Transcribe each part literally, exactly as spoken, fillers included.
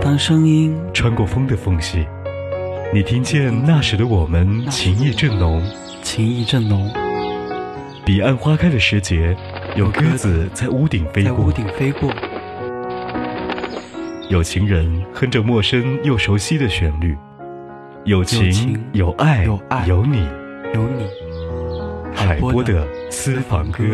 让声音穿过风的缝隙，你听见那时的我们情意正浓， 情意正浓。 彼岸花开的时节，有鸽子在屋顶飞过， 在屋顶飞过。 有情人哼着陌生又熟悉的旋律，有情有情有爱有爱有你， 有你。 海波的私房歌。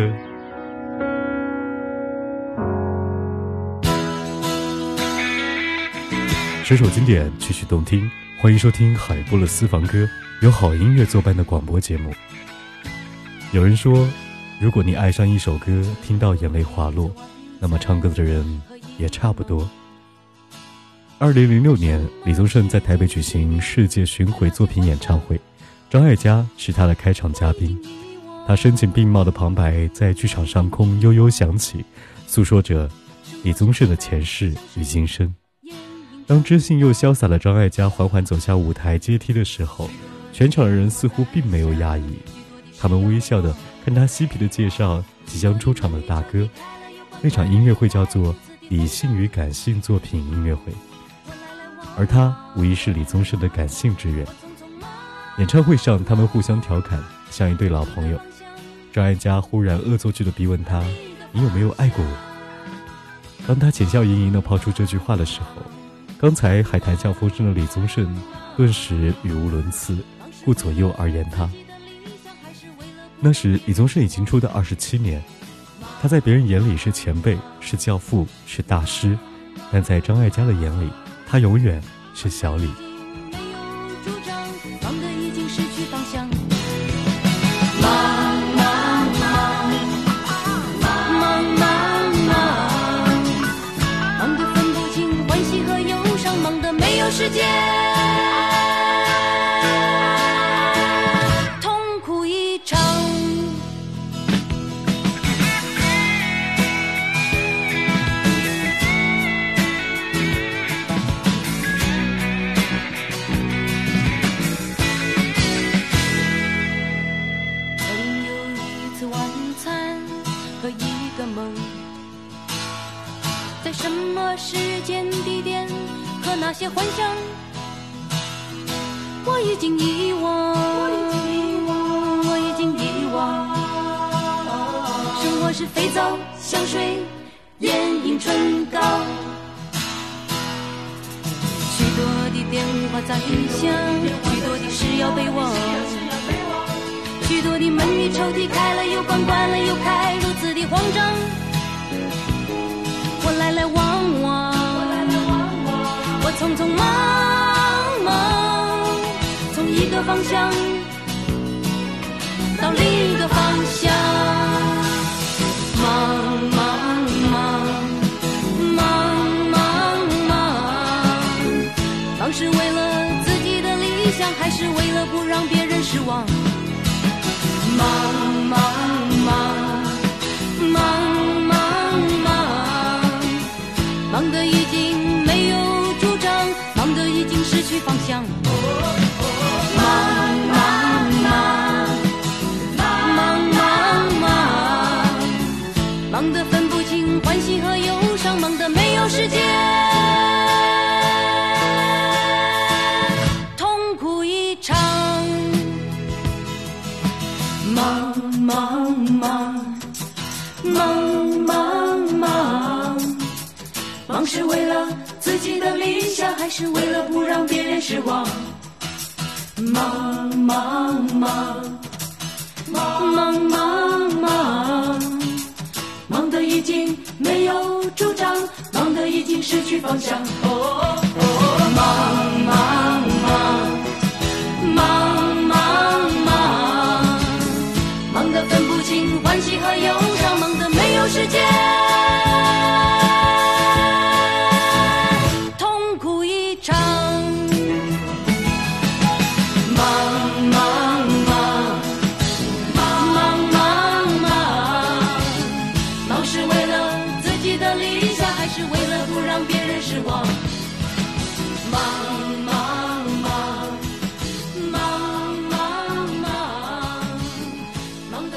首首经典，曲曲动听，欢迎收听海波的私房歌，有好音乐作伴的广播节目。有人说，如果你爱上一首歌，听到眼泪滑落，那么唱歌的人也差不多。二零零六年，李宗盛在台北举行世界巡回作品演唱会，张艾嘉是他的开场嘉宾。他声情并茂的旁白在剧场上空悠悠响起，诉说着李宗盛的前世与今生。当知性又潇洒的张艾嘉缓缓走下舞台阶梯的时候，全场的人似乎并没有讶异，他们微笑地看他嬉皮地介绍即将出场的大歌。那场音乐会叫做理性与感性作品音乐会，而他无疑是李宗盛的感性之人。演唱会上，他们互相调侃，像一对老朋友。张艾嘉忽然恶作剧地逼问他：“你有没有爱过我？”当他浅笑盈盈地抛出这句话的时候，刚才海谈笑风生的李宗盛顿时语无伦次，顾左右而言他。那时李宗盛已经出道二十七年，他在别人眼里是前辈，是教父，是大师，但在张艾嘉的眼里，他永远是小李。 世界痛苦一场，曾有一次晚餐和一个梦，在什么时间地点和那些幻想，我已经遗忘，我已经遗忘。生活是肥皂、香水、眼影、唇膏，许多的电话在响，许多的事要被忘，许多的门与抽屉开了又关，关了又开，如此的慌张。我来来往往，我匆匆忙忙，从一个方向到另一个方向，忙忙忙忙忙忙，忙是为了自己的理想，还是为了不让别人失望？忙忙忙忙忙忙，忙得已经没有主张，忙得已经失去方向。忙忙忙忙忙忙，忙得分不清欢喜和忧伤，忙得没有时间，痛苦一场。忙忙忙忙忙忙，忙是为了自己的理想，还是为了不让别人失望？忙忙忙忙忙忙忙，忙得已经没有主张，忙得已经失去方向。哦哦，忙忙忙忙忙忙，忙得分不清欢喜和忧伤，忙得没有时间，痛苦一场。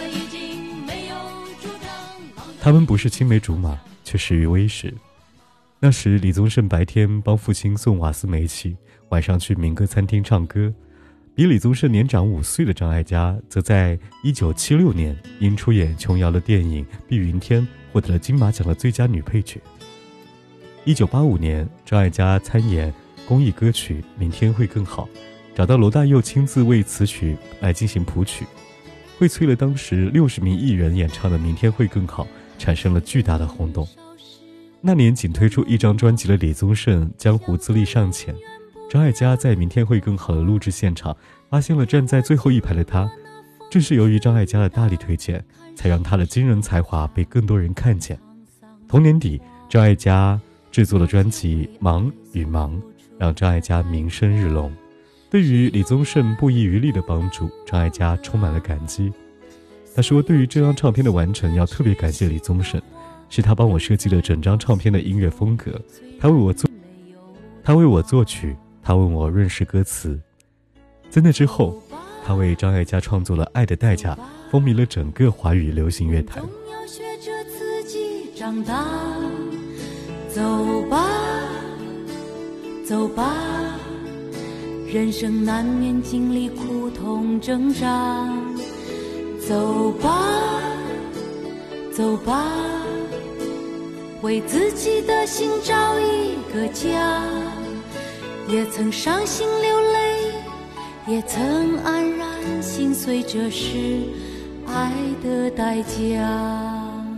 他们不是青梅竹马，却始于微时。 那时李宗盛白天帮父亲送瓦斯煤气，晚上去民歌餐厅唱歌。比李宗盛年长五岁的张艾嘉则在一九七六年因出演琼瑶的电影《碧云天》获得了金马奖的最佳女配角。一九八五年，张艾嘉参演公益歌曲《明天会更好》，找到罗大佑亲自为此曲来进行谱曲，荟萃了当时六十名艺人演唱的《明天会更好》，产生了巨大的轰动。那年仅推出一张专辑的李宗盛江湖资历尚浅，张艾嘉在《明天会更好》的录制现场发现了站在最后一排的他，正是由于张艾嘉的大力推荐，才让他的惊人才华被更多人看见。同年底，张艾嘉制作了专辑《忙与忙》，让张艾嘉名声日隆。对于李宗盛不遗余力的帮助，张艾嘉充满了感激。他说，对于这张唱片的完成要特别感谢李宗盛，是他帮我设计了整张唱片的音乐风格，他为我作他为我作曲，他为我润饰歌词。在那之后，他为张艾嘉创作了《爱的代价》，风靡了整个华语流行乐坛。 要学着自己长大，走吧走吧，人生难免经历苦痛挣扎，走吧走吧，为自己的心找一个家，也曾伤心流泪，也曾黯然心碎，这是爱的代价。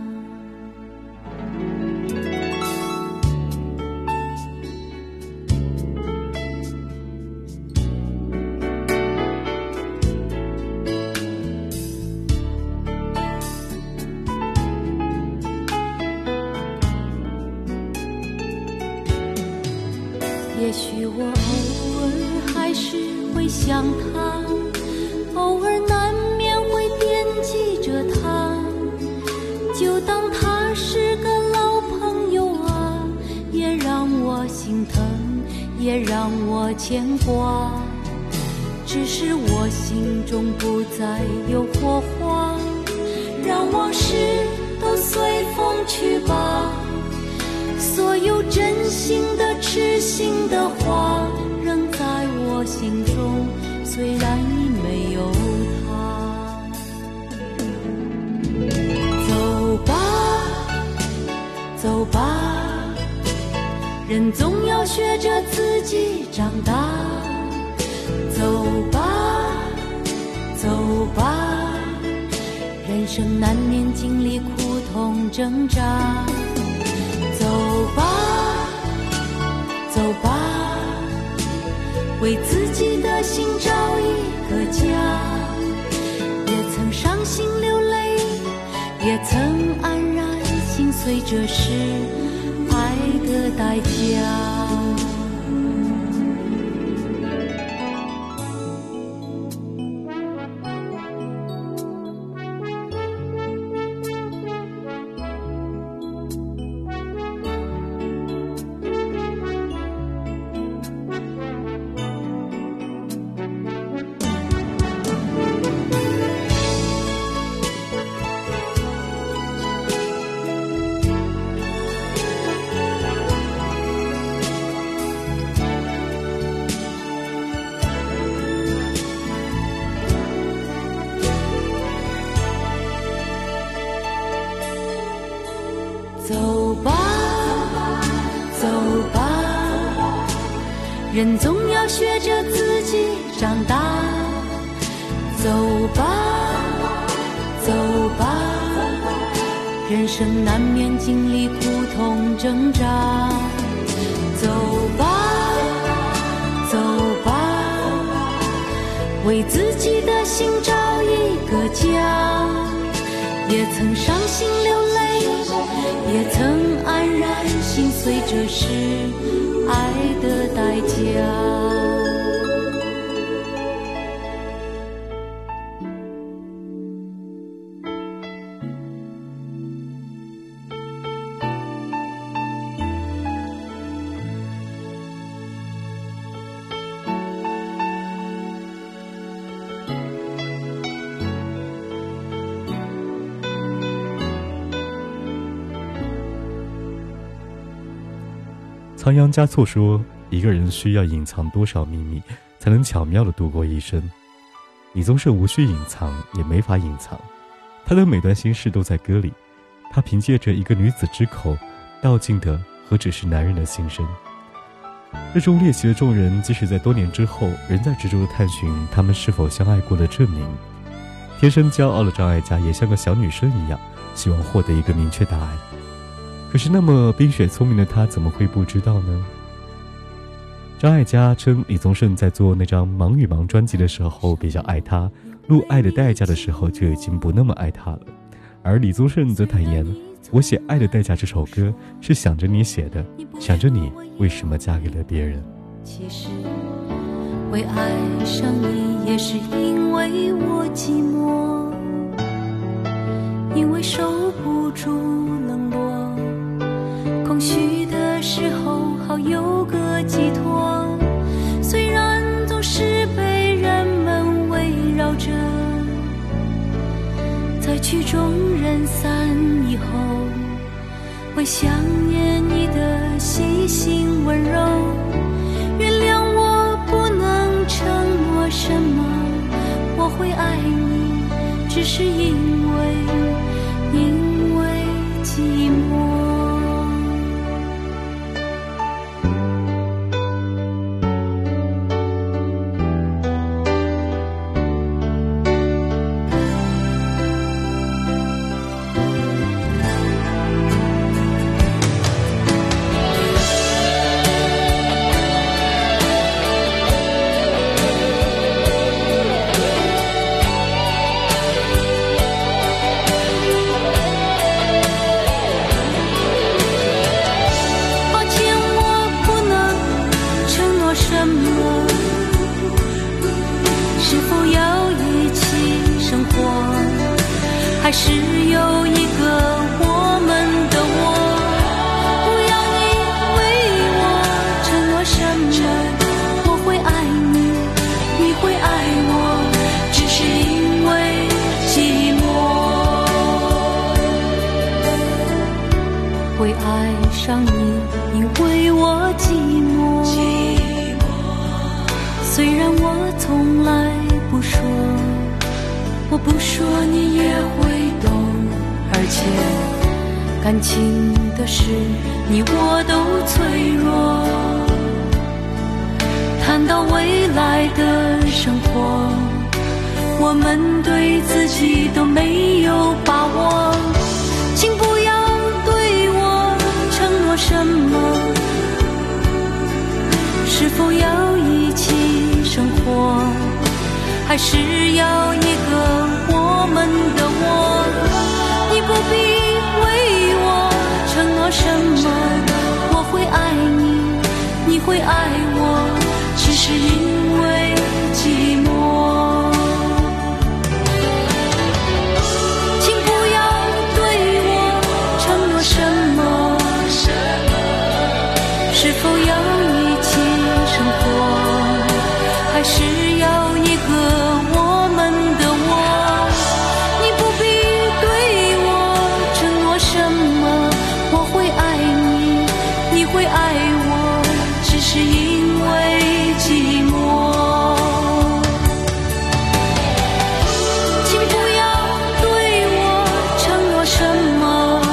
也许我偶尔还是会想他，偶尔难免会惦记着他，就当他是个老朋友啊，也让我心疼，也让我牵挂。只是我心中不再有火花，让往事都随风去吧。所有真心的痴心的话仍在我心中，虽然已没有他。走吧走吧，人总要学着自己长大。走吧走吧，人生难免经历苦痛挣扎。走吧走吧，为自己的心找一个家，也曾伤心流泪，也曾黯然心碎，这是爱的代价。走吧走吧，人总要学着自己长大。走吧走吧，人生难免经历苦痛挣扎。走吧走吧，为自己的心找一个家，也曾伤心流泪，也曾黯然心碎，这是爱的代价。 仓央嘉措说，一个人需要隐藏多少秘密，才能巧妙地度过一生。李宗盛无需隐藏，也没法隐藏，他的每段心事都在歌里，他凭借着一个女子之口，道尽的何止是男人的心声。这中猎奇的众人，即使在多年之后，仍在执着地探寻他们是否相爱过的证明。天生骄傲的张艾嘉也像个小女生一样，希望获得一个明确答案。可是那么冰雪聪明的她怎么会不知道呢？张艾嘉称李宗盛在做那张《忙与忙》专辑的时候比较爱他，录《爱的代价》的时候就已经不那么爱他了。而李宗盛则坦言，我写《爱的代价》这首歌是想着你写的，想着你为什么嫁给了别人。 其实会爱上你也是因为我寂寞，因为受不住冷落，空虚的时候好有个寄托。虽然总是被人们围绕着，在曲终人散以后，会想念你的细心温柔。原谅我不能承诺什么，我会爱你，只是因为因为寂寞。还是有一个我们的我，不要你为我承诺什么，我会爱你，你会爱我，只是因为寂寞。会爱上你，因为我寂寞。虽然我从来不说，我不说你也会懂，而且感情的事你我都脆弱。谈到未来的生活，我们对自己都没有把握。请不要对我承诺什么，是否要一起生活，还是要一个我们的我？你不必为我承诺什么，我会爱你，你会爱我，只是因为寂寞。请不要对我承诺什么，是否要一起生活，还是要一个我们的我？你不必对我承诺什么，我会爱你，你会爱我，只是因为寂寞。请不要对我承诺什么，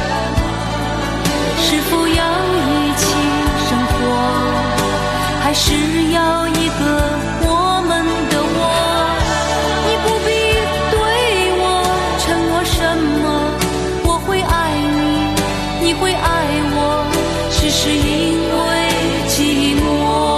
是否要一起生活，还是要一个我们的我？你不必对我承诺什么，我会爱你，你会爱我，只是因为寂寞。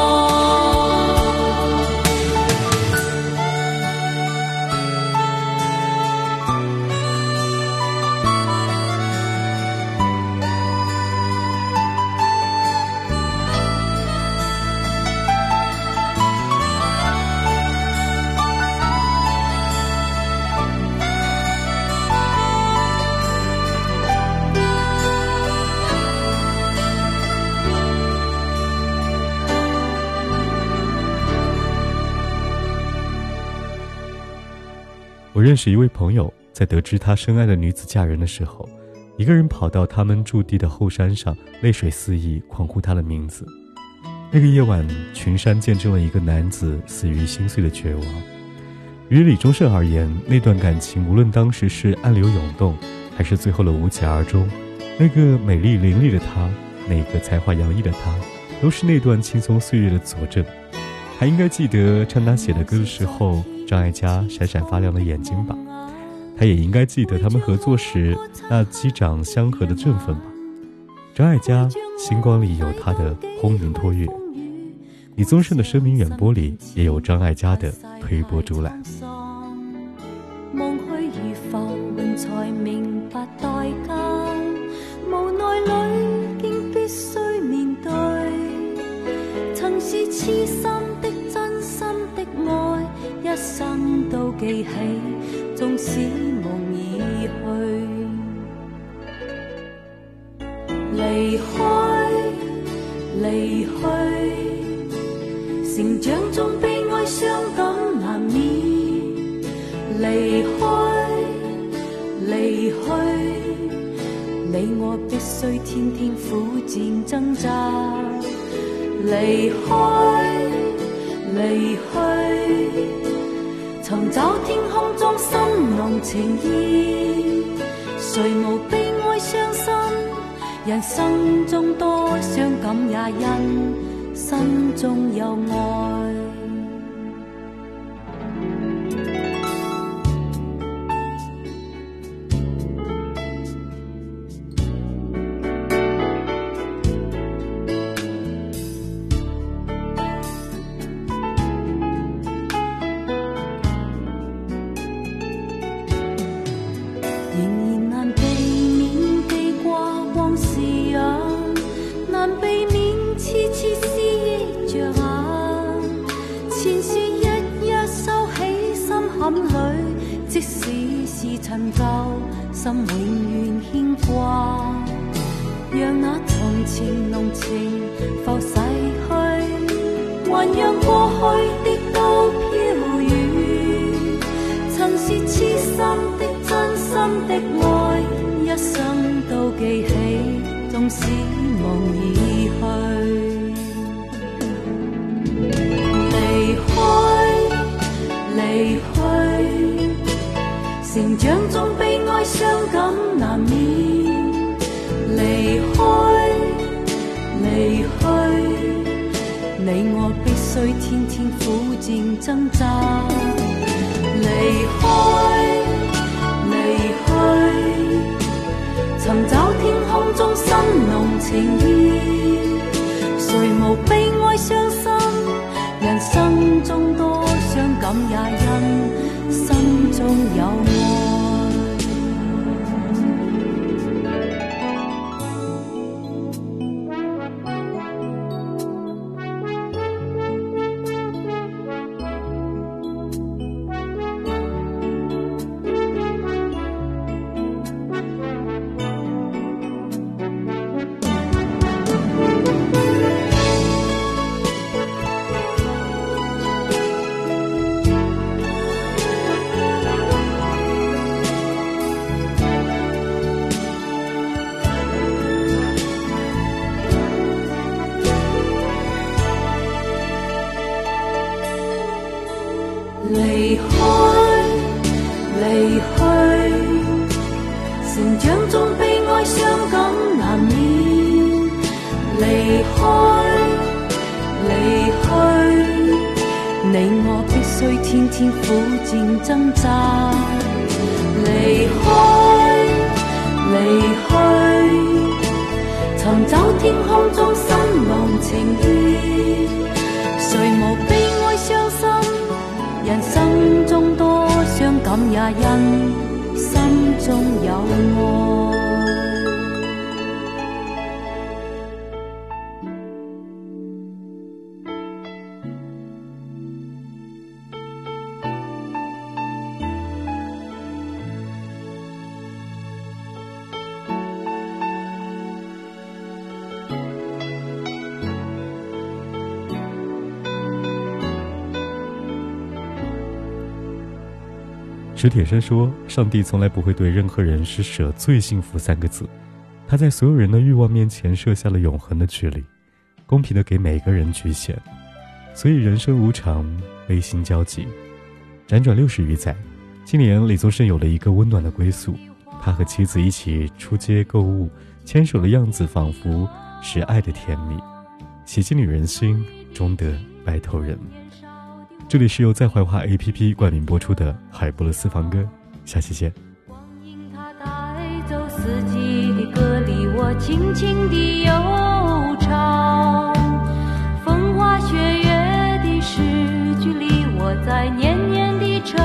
我认识一位朋友，在得知他深爱的女子嫁人的时候， 一个人跑到他们驻地的后山上，泪水四溢，狂呼他的名字。那个夜晚，群山见证了一个男子死于心碎的绝望。于李宗盛而言，那段感情无论当时是暗流涌动，还是最后的无疾而终，那个美丽伶俐的他，那个才华洋溢的他，都是那段轻松岁月的佐证。还应该记得唱他写的歌的时候，张艾嘉闪闪发亮的眼睛吧。他也应该记得他们合作时那击掌相和的振奋吧。张艾嘉星光里有他的轰云托月，李宗盛的生命远播里也有張艾嘉的推波助瀾。 夢去如浮雲才明白代價，無奈裏竟必須面對，曾是痴心的真心的愛，一生都記起，縱使夢已去。離開離去，成長中悲哀傷感難免，離開離去，你我必須天天苦戰掙扎。離開離去，尋找天空中心濃情意，誰無悲哀傷心？人生中多傷感，也因心中有愛。即使是陳舊，心永遠牽掛，讓那從前濃情浮逝去，還讓過去的都飄遠。曾是痴心的真心的愛，一生都記起，縱使夢已去。離開離去，成長中悲哀傷感難免，離開離去，你我必須天天苦戰掙扎。離開離去，尋找天空中心濃情意，誰無悲哀傷心？人生中多傷感，也因心中有愛。離開離去，成長中悲哀傷感難免，離開離去，你我必須天天苦戰掙扎。離開離去，尋找天空中心濃情意，誰無悲哀傷心？人生中多傷感，也因心中有愛。 史铁生说，上帝从来不会对任何人施舍最幸福三个字，他在所有人的欲望面前设下了永恒的距离，公平地给每个人局限。所以人生无常，悲心交集。辗转六十余载，今年李宗盛有了一个温暖的归宿，他和妻子一起出街购物，牵手的样子仿佛是爱的甜蜜，洗净女人心，终得白头人。这里是由在怀化 A P P 冠名播出的海波的私房歌，下期见。 光阴它带走四季的歌里我轻轻地悠长，风花雪月的诗句里我在年年的成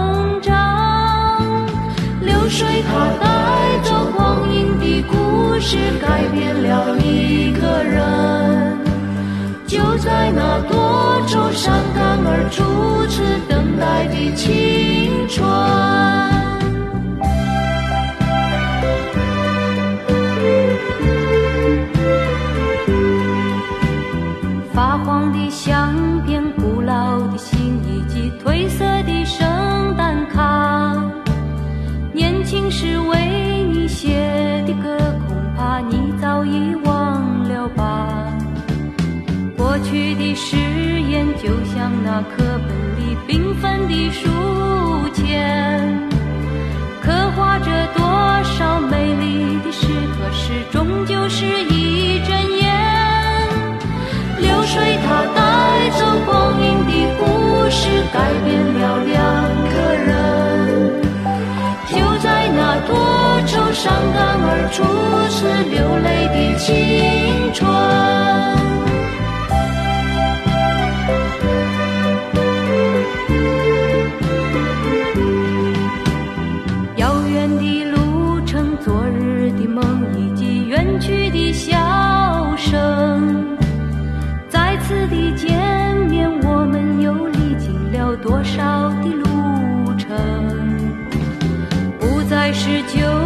长，流水它带走光阴的故事，改变了一个人，就在那多愁善感而初次等待的青春。发黄的相片，古老的信以及褪色的圣诞卡，年轻时为你写的歌，恐怕你早已忘了吧。过去的誓言就像那课本里缤纷的书签，刻画着多少美丽的诗，可是终究是一阵烟。流水它带走光阴的故事，改变了两个人，就在那多愁善感而初次流泪的青春。远去的笑声，再次的见面，我们又历经了多少的路程，不再是旧